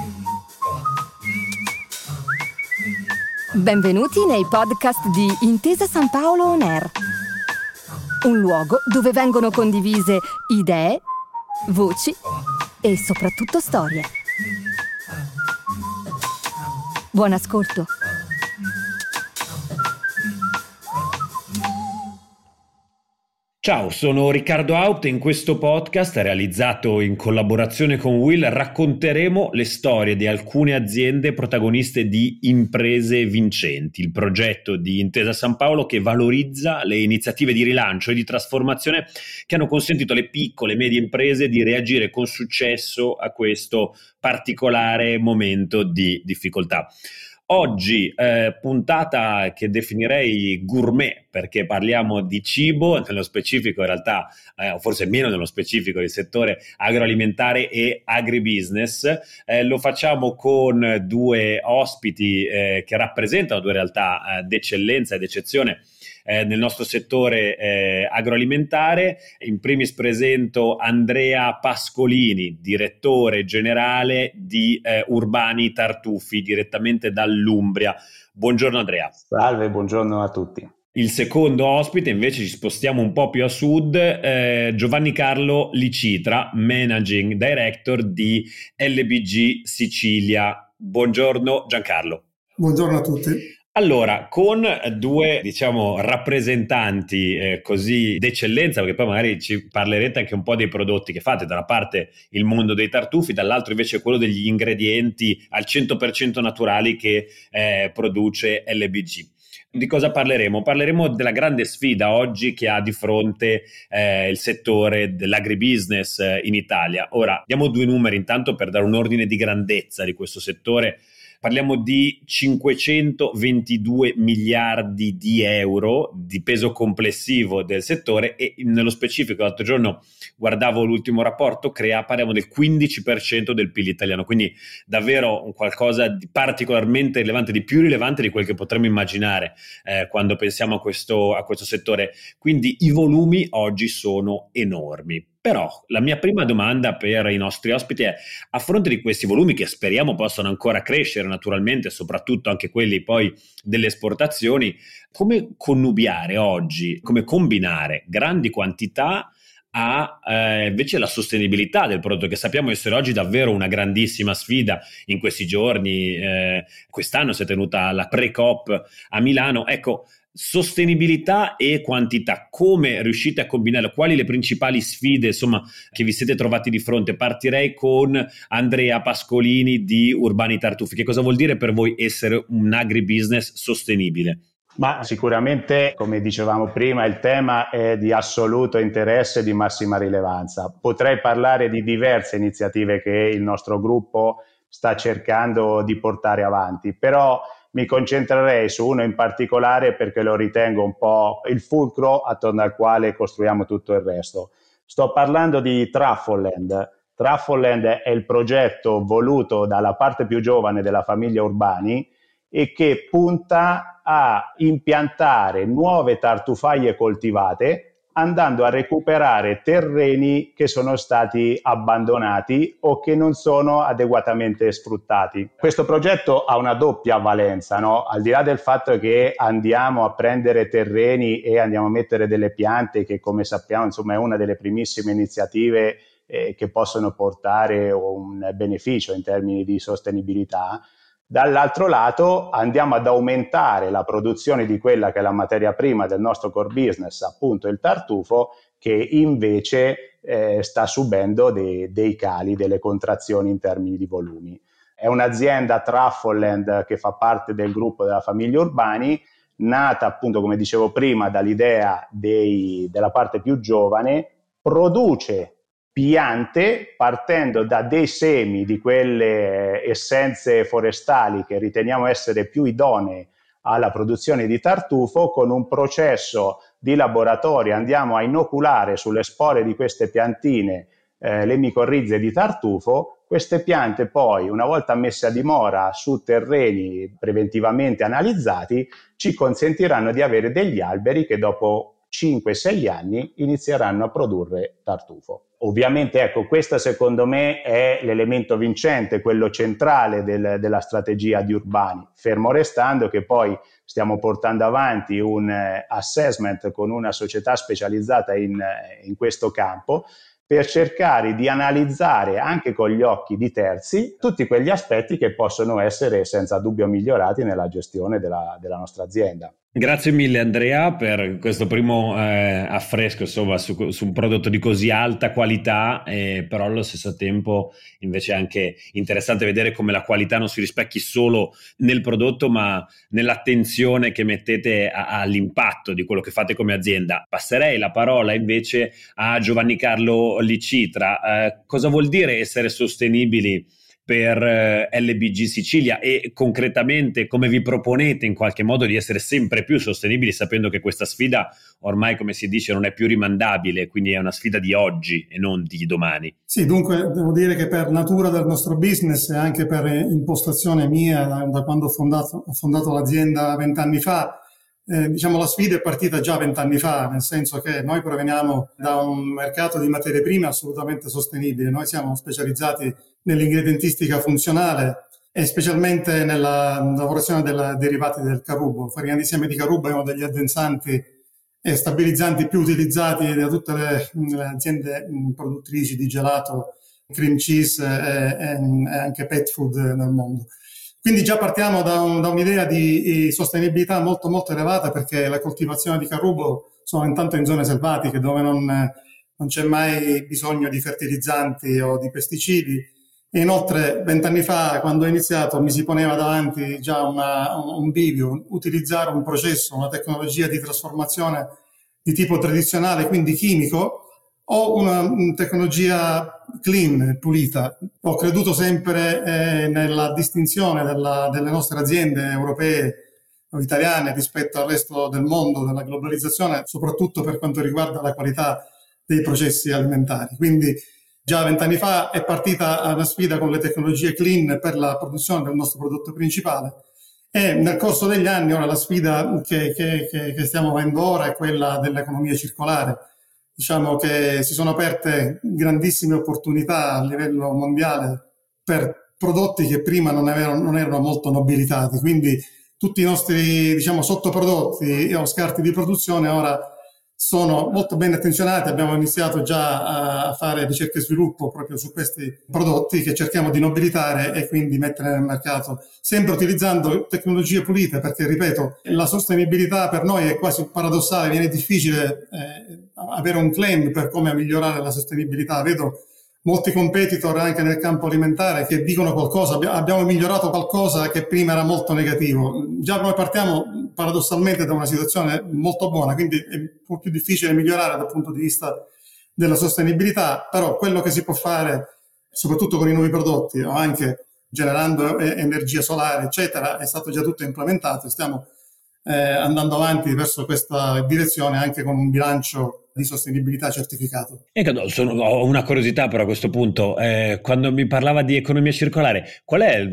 Benvenuti nei podcast di Intesa San Paolo On Air, un luogo dove vengono condivise idee, voci e soprattutto storie. Buon ascolto. Ciao, sono Riccardo Haupt e in questo podcast, realizzato in collaborazione con Will, racconteremo le storie di alcune aziende protagoniste di Imprese Vincenti, il progetto di Intesa San Paolo che valorizza le iniziative di rilancio e di trasformazione che hanno consentito alle piccole e medie imprese di reagire con successo a questo particolare momento di difficoltà. Oggi puntata che definirei gourmet, perché parliamo di cibo, nello specifico in realtà, o forse meno nello specifico, del settore agroalimentare e agribusiness. Lo facciamo con due ospiti che rappresentano due realtà d'eccellenza ed eccezione nel nostro settore agroalimentare. In primis presento Andrea Pascolini, direttore generale di Urbani Tartufi, direttamente dall'Umbria. Buongiorno Andrea. Salve, buongiorno a tutti. Il secondo ospite, invece, ci spostiamo un po' più a sud, Giovanni Carlo Licitra, Managing Director di LBG Sicilia. Buongiorno Giancarlo. Buongiorno a tutti. Allora, con due, rappresentanti così d'eccellenza, perché poi magari ci parlerete anche un po' dei prodotti che fate, da una parte il mondo dei tartufi, dall'altro invece quello degli ingredienti al 100% naturali che produce LBG. Di cosa parleremo? Parleremo della grande sfida oggi che ha di fronte il settore dell'agribusiness in Italia. Ora, diamo due numeri intanto per dare un ordine di grandezza di questo settore. Parliamo di 522 miliardi di euro di peso complessivo del settore e nello specifico l'altro giorno guardavo l'ultimo rapporto, parliamo del 15% del PIL italiano, quindi davvero un qualcosa di particolarmente rilevante, di più rilevante di quel che potremmo immaginare quando pensiamo a questo settore. Quindi i volumi oggi sono enormi. Però la mia prima domanda per i nostri ospiti è: a fronte di questi volumi che speriamo possano ancora crescere naturalmente, soprattutto anche quelli poi delle esportazioni, come connubiare oggi, come combinare grandi quantità a invece la sostenibilità del prodotto, che sappiamo essere oggi davvero una grandissima sfida. In questi giorni, quest'anno si è tenuta la pre-COP a Milano. Ecco, sostenibilità e quantità, come riuscite a combinarlo? Quali le principali sfide, che vi siete trovati di fronte? Partirei con Andrea Pascolini di Urbani Tartufi. Che cosa vuol dire per voi essere un agribusiness sostenibile? Ma sicuramente, come dicevamo prima, il tema è di assoluto interesse e di massima rilevanza. Potrei parlare di diverse iniziative che il nostro gruppo sta cercando di portare avanti, però mi concentrerei su uno in particolare perché lo ritengo un po' il fulcro attorno al quale costruiamo tutto il resto. Sto parlando di Truffleland. Truffleland è il progetto voluto dalla parte più giovane della famiglia Urbani e che punta a impiantare nuove tartufaie coltivate andando a recuperare terreni che sono stati abbandonati o che non sono adeguatamente sfruttati. Questo progetto ha una doppia valenza, no? Al di là del fatto che andiamo a prendere terreni e andiamo a mettere delle piante, che come sappiamo è una delle primissime iniziative che possono portare un beneficio in termini di sostenibilità. Dall'altro lato andiamo ad aumentare la produzione di quella che è la materia prima del nostro core business, appunto il tartufo, che invece sta subendo dei cali, delle contrazioni in termini di volumi. È un'azienda Truffleland che fa parte del gruppo della famiglia Urbani, nata appunto, come dicevo prima, dall'idea della parte più giovane, produce piante partendo da dei semi di quelle essenze forestali che riteniamo essere più idonee alla produzione di tartufo. Con un processo di laboratorio andiamo a inoculare sulle spore di queste piantine le micorrize di tartufo. Queste piante poi, una volta messe a dimora su terreni preventivamente analizzati, ci consentiranno di avere degli alberi che dopo 5-6 anni inizieranno a produrre tartufo. Ovviamente, ecco, questo secondo me è l'elemento vincente, quello centrale della strategia di Urbani, fermo restando che poi stiamo portando avanti un assessment con una società specializzata in questo campo, per cercare di analizzare anche con gli occhi di terzi tutti quegli aspetti che possono essere senza dubbio migliorati nella gestione della nostra azienda. Grazie mille Andrea per questo primo affresco, insomma, su un prodotto di così alta qualità, però allo stesso tempo invece è anche interessante vedere come la qualità non si rispecchi solo nel prodotto ma nell'attenzione che mettete all'impatto di quello che fate come azienda. Passerei la parola invece a Giovanni Carlo Licitra. Cosa vuol dire essere sostenibili per LBG Sicilia e concretamente come vi proponete in qualche modo di essere sempre più sostenibili, sapendo che questa sfida ormai, come si dice, non è più rimandabile, quindi è una sfida di oggi e non di domani? Sì, dunque devo dire che per natura del nostro business e anche per impostazione mia da quando ho fondato l'azienda 20 anni fa, diciamo la sfida è partita già 20 anni fa, nel senso che noi proveniamo da un mercato di materie prime assolutamente sostenibile. Noi siamo specializzati nell'ingredientistica funzionale e specialmente nella lavorazione dei derivati del carubo. Farina di seme di carubo è uno degli addensanti e stabilizzanti più utilizzati da tutte le aziende produttrici di gelato, cream cheese e anche pet food nel mondo. Quindi già partiamo da un'idea di sostenibilità molto molto elevata, perché la coltivazione di carubo sono intanto in zone selvatiche dove non c'è mai bisogno di fertilizzanti o di pesticidi. E inoltre 20 anni fa, quando ho iniziato, mi si poneva davanti già un bivio: utilizzare un processo, una tecnologia di trasformazione di tipo tradizionale, quindi chimico, o una tecnologia clean, pulita. Ho creduto sempre nella distinzione delle nostre aziende europee o italiane rispetto al resto del mondo, della globalizzazione, soprattutto per quanto riguarda la qualità dei processi alimentari. Quindi già 20 anni fa è partita una sfida con le tecnologie clean per la produzione del nostro prodotto principale, e nel corso degli anni ora la sfida che stiamo avendo ora è quella dell'economia circolare. Diciamo che si sono aperte grandissime opportunità a livello mondiale per prodotti che prima non erano molto nobilitati, quindi tutti i nostri, diciamo, sottoprodotti o scarti di produzione ora sono molto ben attenzionati. Abbiamo iniziato già a fare ricerca e sviluppo proprio su questi prodotti che cerchiamo di nobilitare e quindi mettere nel mercato, sempre utilizzando tecnologie pulite, perché, ripeto, la sostenibilità per noi è quasi paradossale, viene difficile avere un claim per come migliorare la sostenibilità. Vedo molti competitor anche nel campo alimentare che dicono qualcosa, abbiamo migliorato qualcosa che prima era molto negativo. Già noi partiamo paradossalmente da una situazione molto buona, quindi è un po' più difficile migliorare dal punto di vista della sostenibilità, però quello che si può fare, soprattutto con i nuovi prodotti o anche generando energia solare, eccetera, è stato già tutto implementato. Stiamo andando avanti verso questa direzione anche con un bilancio di sostenibilità certificato. Ho una curiosità però a questo punto, quando mi parlava di economia circolare, qual è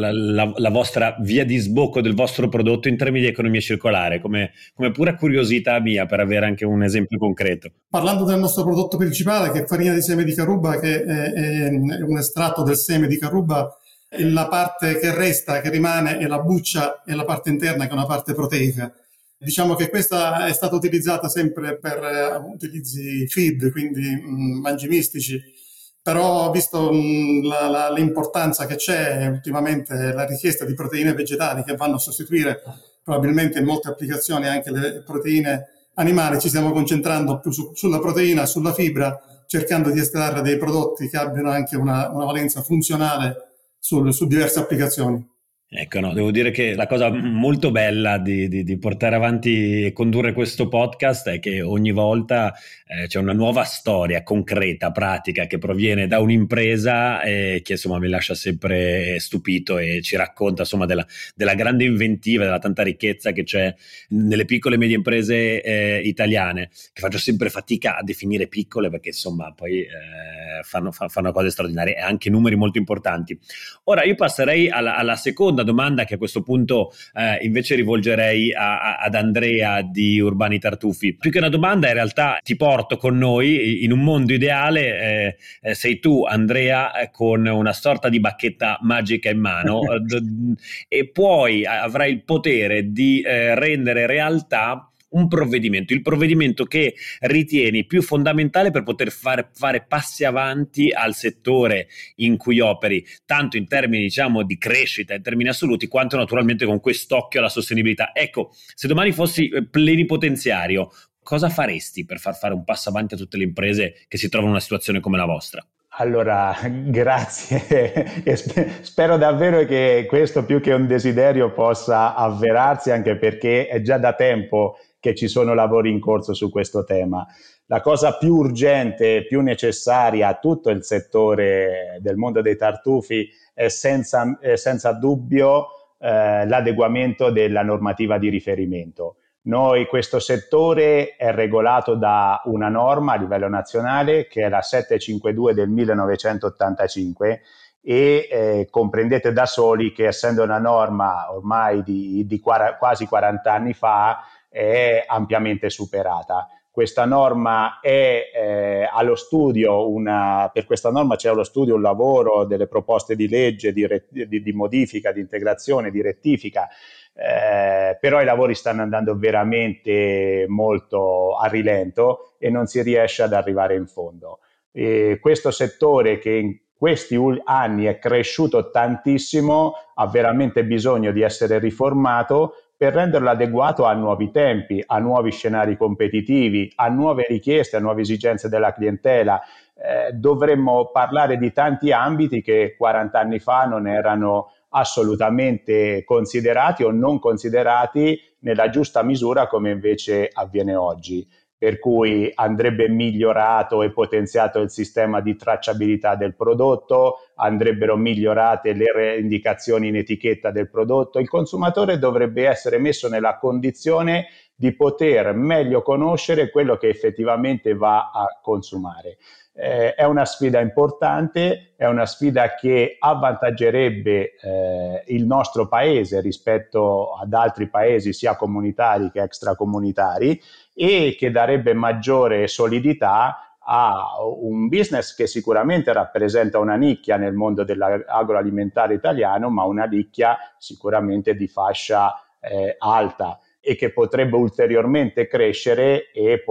la vostra via di sbocco del vostro prodotto in termini di economia circolare, come pura curiosità mia, per avere anche un esempio concreto? Parlando del nostro prodotto principale, che è farina di seme di caruba, che è un estratto del seme di caruba, la parte che resta, che rimane, è la buccia e la parte interna, che è una parte proteica. Diciamo che questa è stata utilizzata sempre per utilizzi feed, quindi mangimistici, però visto l'importanza che c'è ultimamente, la richiesta di proteine vegetali che vanno a sostituire probabilmente in molte applicazioni anche le proteine animali, ci stiamo concentrando più sulla proteina, sulla fibra, cercando di estrarre dei prodotti che abbiano anche una valenza funzionale su diverse applicazioni. Ecco, no, devo dire che la cosa molto bella di portare avanti e condurre questo podcast è che ogni volta c'è una nuova storia concreta, pratica, che proviene da un'impresa e che insomma mi lascia sempre stupito e ci racconta insomma della grande inventiva, della tanta ricchezza che c'è nelle piccole e medie imprese italiane, che faccio sempre fatica a definire piccole perché insomma poi fanno cose straordinarie e anche numeri molto importanti. Ora io passerei alla seconda seconda domanda che a questo punto invece rivolgerei ad Andrea di Urbani Tartufi. Più che una domanda, in realtà ti porto con noi in un mondo ideale. Sei tu, Andrea, con una sorta di bacchetta magica in mano e poi avrai il potere di rendere realtà un provvedimento, il provvedimento che ritieni più fondamentale per poter fare passi avanti al settore in cui operi, tanto in termini, diciamo, di crescita, in termini assoluti, quanto naturalmente con quest'occhio alla sostenibilità. Ecco, se domani fossi plenipotenziario, cosa faresti per far fare un passo avanti a tutte le imprese che si trovano in una situazione come la vostra? Allora, grazie e spero davvero che questo, più che un desiderio, possa avverarsi, anche perché è già da tempo che ci sono lavori in corso su questo tema. La cosa più urgente, più necessaria a tutto il settore del mondo dei tartufi è senza dubbio l'adeguamento della normativa di riferimento. Questo settore è regolato da una norma a livello nazionale che è la 752 del 1985 e comprendete da soli che, essendo una norma ormai di quasi 40 anni fa, è ampiamente superata. Questa norma è allo studio, per questa norma c'è allo studio un lavoro delle proposte di legge, di modifica, di integrazione, di rettifica, però i lavori stanno andando veramente molto a rilento e non si riesce ad arrivare in fondo. Questo settore, che in questi anni è cresciuto tantissimo, ha veramente bisogno di essere riformato per renderlo adeguato a nuovi tempi, a nuovi scenari competitivi, a nuove richieste, a nuove esigenze della clientela. Dovremmo parlare di tanti ambiti che 40 anni fa non erano assolutamente considerati o non considerati nella giusta misura, come invece avviene oggi. Per cui andrebbe migliorato e potenziato il sistema di tracciabilità del prodotto, andrebbero migliorate le indicazioni in etichetta del prodotto. Il consumatore dovrebbe essere messo nella condizione di poter meglio conoscere quello che effettivamente va a consumare. È una sfida importante, è una sfida che avvantaggerebbe il nostro paese rispetto ad altri paesi sia comunitari che extracomunitari, e che darebbe maggiore solidità a un business che sicuramente rappresenta una nicchia nel mondo dell'agroalimentare italiano, ma una nicchia sicuramente di fascia alta, e che potrebbe ulteriormente crescere e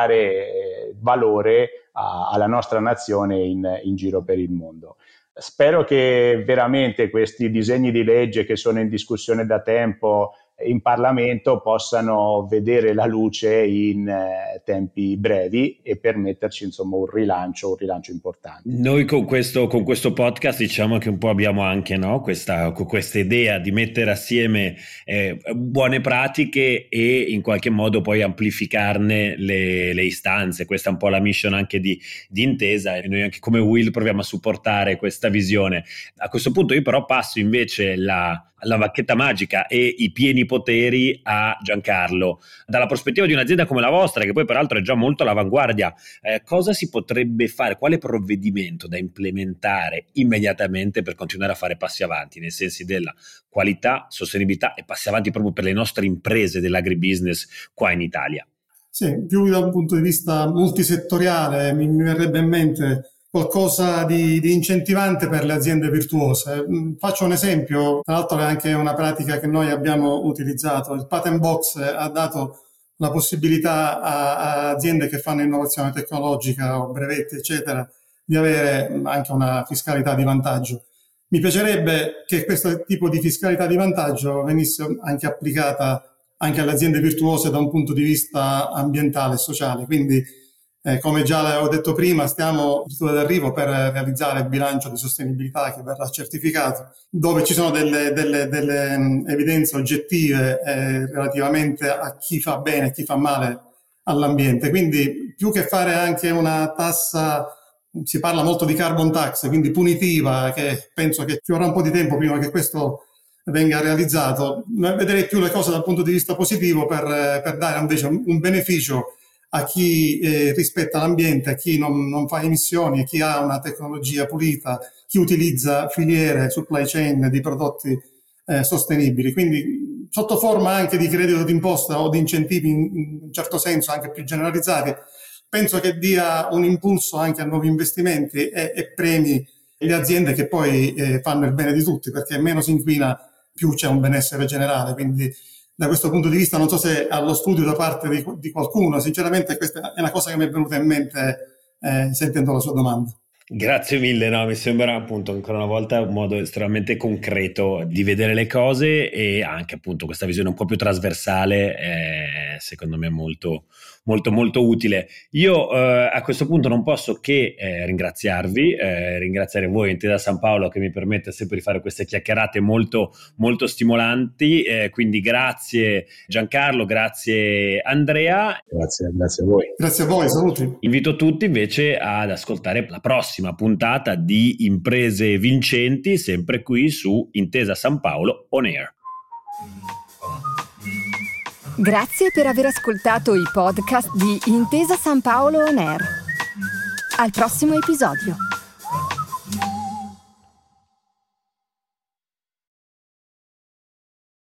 portare valore alla nostra nazione in giro per il mondo. Spero che veramente questi disegni di legge, che sono in discussione da tempo in Parlamento, possano vedere la luce in tempi brevi e permetterci, insomma, un rilancio importante. Noi con questo podcast diciamo che un po' abbiamo anche, no, questa idea di mettere assieme buone pratiche e in qualche modo poi amplificarne le istanze. Questa è un po' la mission anche di Intesa, e noi anche come Will proviamo a supportare questa visione. A questo punto io però passo invece la bacchetta magica e i pieni poteri a Giancarlo. Dalla prospettiva di un'azienda come la vostra, che poi peraltro è già molto all'avanguardia, cosa si potrebbe fare? Quale provvedimento da implementare immediatamente per continuare a fare passi avanti nei sensi della qualità, sostenibilità e passi avanti proprio per le nostre imprese dell'agribusiness qua in Italia? Sì, più da un punto di vista multisettoriale mi verrebbe in mente qualcosa di incentivante per le aziende virtuose. Faccio un esempio, tra l'altro è anche una pratica che noi abbiamo utilizzato. Il Patent Box ha dato la possibilità a aziende che fanno innovazione tecnologica o brevetti, eccetera, di avere anche una fiscalità di vantaggio. Mi piacerebbe che questo tipo di fiscalità di vantaggio venisse anche applicata anche alle aziende virtuose da un punto di vista ambientale e sociale. Quindi, come già l'avevo detto prima, stiamo in d'arrivo per realizzare il bilancio di sostenibilità che verrà certificato, dove ci sono delle evidenze oggettive relativamente a chi fa bene e chi fa male all'ambiente. Quindi, più che fare anche una tassa, si parla molto di carbon tax, quindi punitiva, che penso che ci vorrà un po' di tempo prima che questo venga realizzato. Vedrei più le cose dal punto di vista positivo per dare invece un beneficio a chi rispetta l'ambiente, a chi non fa emissioni, a chi ha una tecnologia pulita, chi utilizza filiere, supply chain di prodotti sostenibili. Quindi sotto forma anche di credito d'imposta o di incentivi in un certo senso anche più generalizzati, penso che dia un impulso anche a nuovi investimenti e premi le aziende che poi fanno il bene di tutti, perché meno si inquina più c'è un benessere generale. Quindi da questo punto di vista non so se allo studio da parte di qualcuno, sinceramente questa è una cosa che mi è venuta in mente sentendo la sua domanda. Grazie mille, no, mi sembra appunto ancora una volta un modo estremamente concreto di vedere le cose, e anche appunto questa visione un po' più trasversale è secondo me molto molto molto utile. Io a questo punto non posso che ringraziarvi, ringraziare voi Intesa San Paolo, che mi permette sempre di fare queste chiacchierate molto molto stimolanti, quindi grazie Giancarlo, grazie Andrea. Grazie a voi. Grazie a voi, saluti. Invito tutti invece ad ascoltare la prossima puntata di Imprese Vincenti, sempre qui su Intesa San Paolo On Air. Grazie per aver ascoltato i podcast di Intesa San Paolo On Air. Al prossimo episodio.